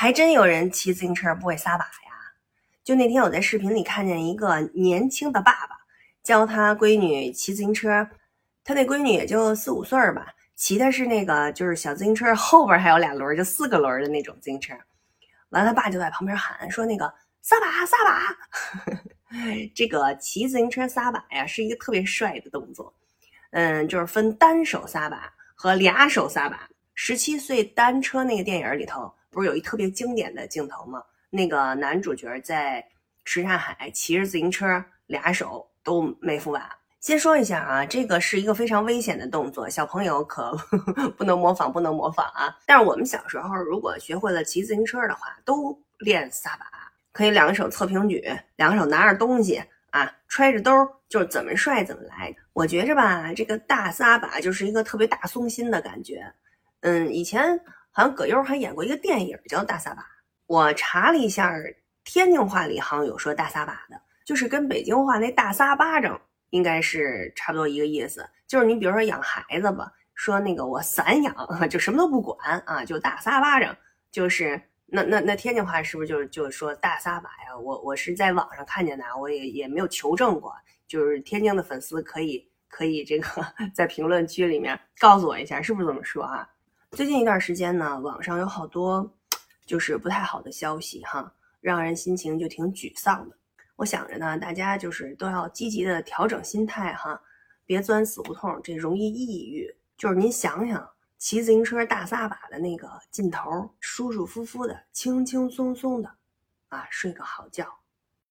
还真有人骑自行车不会撒把呀。就那天我在视频里看见一个年轻的爸爸教他闺女骑自行车，他那闺女也就4、5岁吧，骑的是那个就是小自行车后边还有2轮，就4个轮的那种自行车。完了他爸就在旁边喊说那个撒把撒把这个骑自行车撒把呀是一个特别帅的动作。就是分单手撒把和俩手撒把。17岁单车那个电影里头不是有一特别经典的镜头吗？那个男主角在什刹海骑着自行车，俩手都没扶把。先说一下啊，这个是一个非常危险的动作，小朋友可不能模仿啊。但是我们小时候如果学会了骑自行车的话，都练撒把，可以2个手侧平举，2个手拿着东西啊，揣着兜，就是怎么帅怎么来。我觉着吧，这个大撒把就是一个特别大松心的感觉。以前好像葛优还演过一个电影叫《大撒把》，我查了一下，天津话里好像有说大撒把的，就是跟北京话那大撒巴掌应该是差不多一个意思。就是你比如说养孩子吧，说那个我散养，就什么都不管啊，就大撒巴掌，就是那天津话是不是就说大撒把呀？我是在网上看见的，我也没有求证过，就是天津的粉丝可以这个在评论区里面告诉我一下，是不是这么说啊？最近一段时间呢，网上有好多就是不太好的消息哈，让人心情就挺沮丧的。我想着呢，大家就是都要积极的调整心态哈，别钻死胡同，这容易抑郁。就是您想想，骑自行车大撒把的那个劲头，舒舒服服的，轻轻松松的啊，睡个好觉。